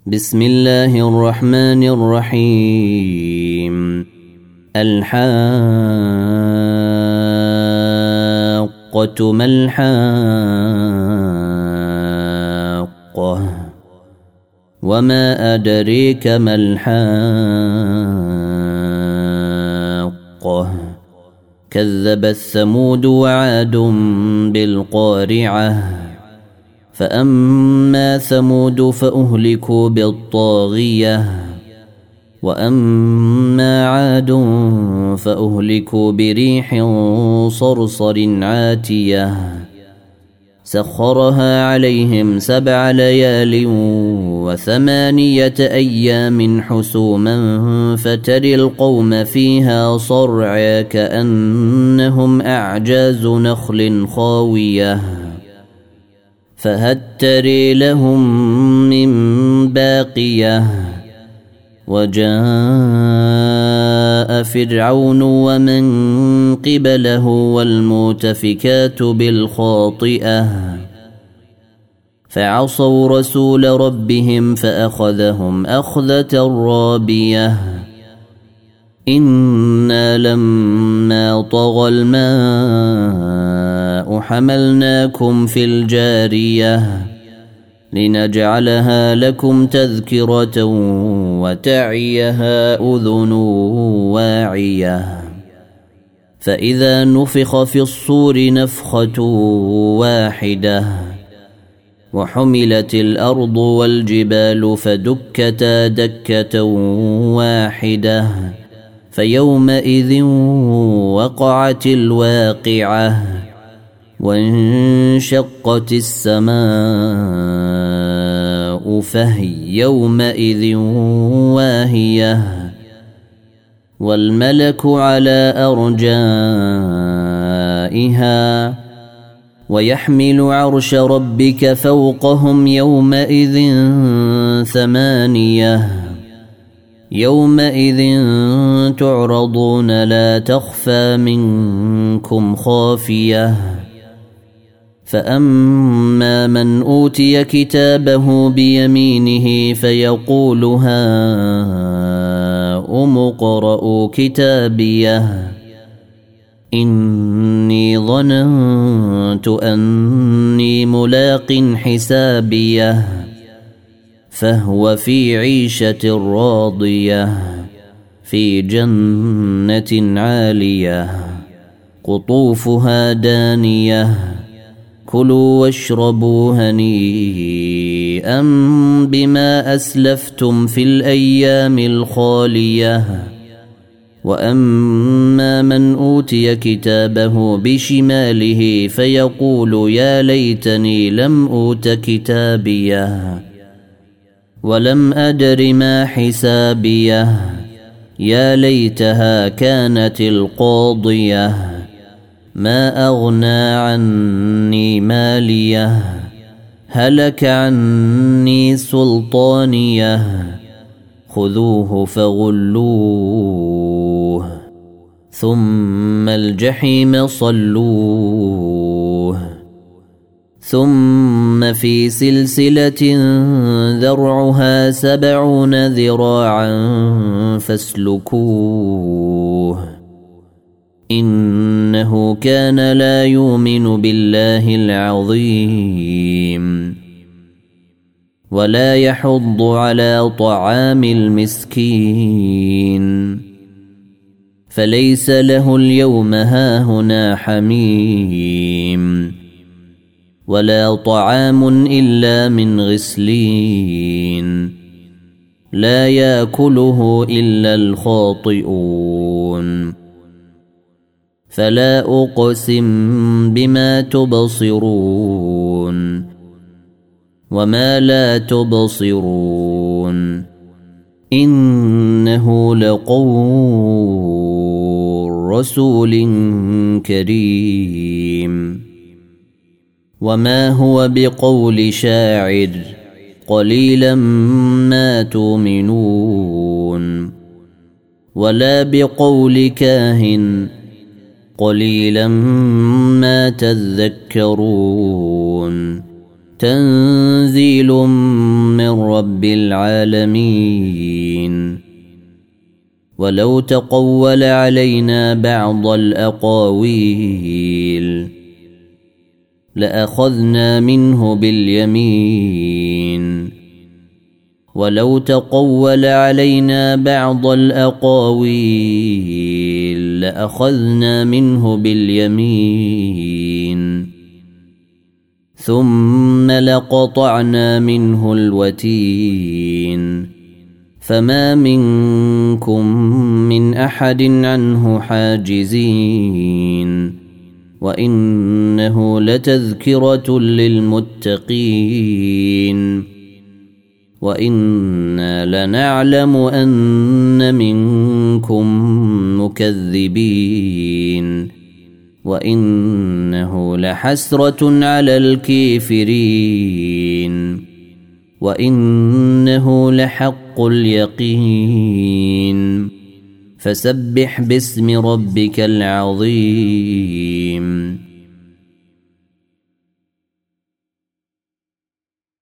بسم الله الرحمن الرحيم. الحاقة ما الحاقة وما أدريك ما الحاقة كذبت ثمود وعاد بالقارعة فأما ثمود فأهلكوا بالطاغية وأما عاد فأهلكوا بريح صرصر عاتية سخرها عليهم 7 ليال و8 أيام حسوما فترى القوم فيها صرعى كأنهم أعجاز نخل خاوية فهل ترى لهم من باقية وجاء فرعون ومن قبله والمؤتفكات بالخاطئة فعصوا رسول ربهم فأخذهم أخذة رابية إنا لما طغى الماء حملناكم في الجارية لنجعلها لكم تذكرة وتعيها أذن واعية فإذا نفخ في الصور نفخة واحدة وحملت الأرض والجبال فدكتا دكة واحدة فيومئذ وقعت الواقعة وانشقت السماء فهي يومئذ واهية والملك على أرجائها ويحمل عرش ربك فوقهم يومئذ 8 يومئذ تعرضون لا تخفى منكم خافية فأما من أوتي كتابه بيمينه فيقول هاؤم اقرءوا كتابيه إني ظننت أني ملاق حسابيه فهو في عيشة راضية في جنة عالية قطوفها دانية كلوا واشربوا هنيئا بما أسلفتم في الأيام الخالية وأما من أوتي كتابه بشماله فيقول يا ليتني لم أوت كتابيه ولم أدر ما حسابيه يا ليتها كانت القاضية ما أغنى عني ماليه هلك عني سلطانيه خذوه فغلوه ثم الجحيم صلوه ثم في سلسلة ذرعها 70 ذراعا فاسلكوه إنه كان لا يؤمن بالله العظيم ولا يحض على طعام المسكين فليس له اليوم هاهنا حميم ولا طعام إلا من غسلين لا يأكله إلا الخاطئون فلا أقسم بما تبصرون وما لا تبصرون إنه لقول رسول كريم وما هو بقول شاعر قليلا ما تؤمنون ولا بقول كاهن قليلا ما تذكرون تنزيل من رب رب العالمين ولو تقول علينا بعض الأقاويل لأخذنا منه باليمين ولو تقول علينا بعض الأقاويل لأخذنا منه باليمين ثم لقطعنا منه الوتين فما منكم من أحد عنه حاجزين وإنه لتذكرة للمتقين وإنا لنعلم أن منكم مكذبين وإنه لحسرة على الكافرين وإنه لحق اليقين فسبح باسم ربك العظيم